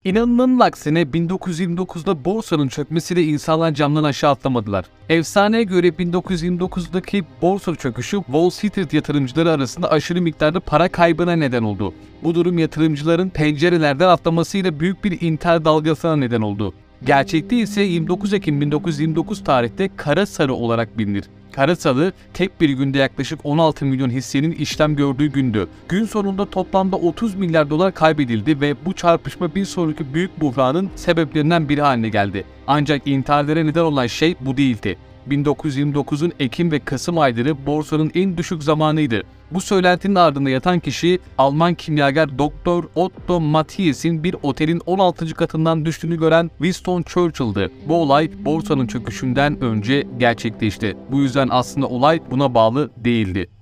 İnanılanın aksine 1929'da borsanın çökmesiyle insanlar camdan aşağı atlamadılar. Efsaneye göre 1929'daki borsa çöküşü Wall Street yatırımcıları arasında aşırı miktarda para kaybına neden oldu. Bu durum yatırımcıların pencerelerden atlamasıyla büyük bir intihar dalgasına neden oldu. Gerçekte ise 29 Ekim 1929 tarihte Kara Sarı olarak bilinir. Kara Sarı tek bir günde yaklaşık 16 milyon hissenin işlem gördüğü gündü. Gün sonunda toplamda 30 milyar dolar kaybedildi ve bu çarpışma bir sonraki büyük buhranın sebeplerinden biri haline geldi. Ancak intiharlara neden olan şey bu değildi. 1929'un Ekim ve Kasım ayları borsanın en düşük zamanıydı. Bu söylentinin ardında yatan kişi Alman kimyager Doktor Otto Mathies'in bir otelin 16. katından düştüğünü gören Winston Churchill'dı. Bu olay borsanın çöküşünden önce gerçekleşti. Bu yüzden aslında olay buna bağlı değildi.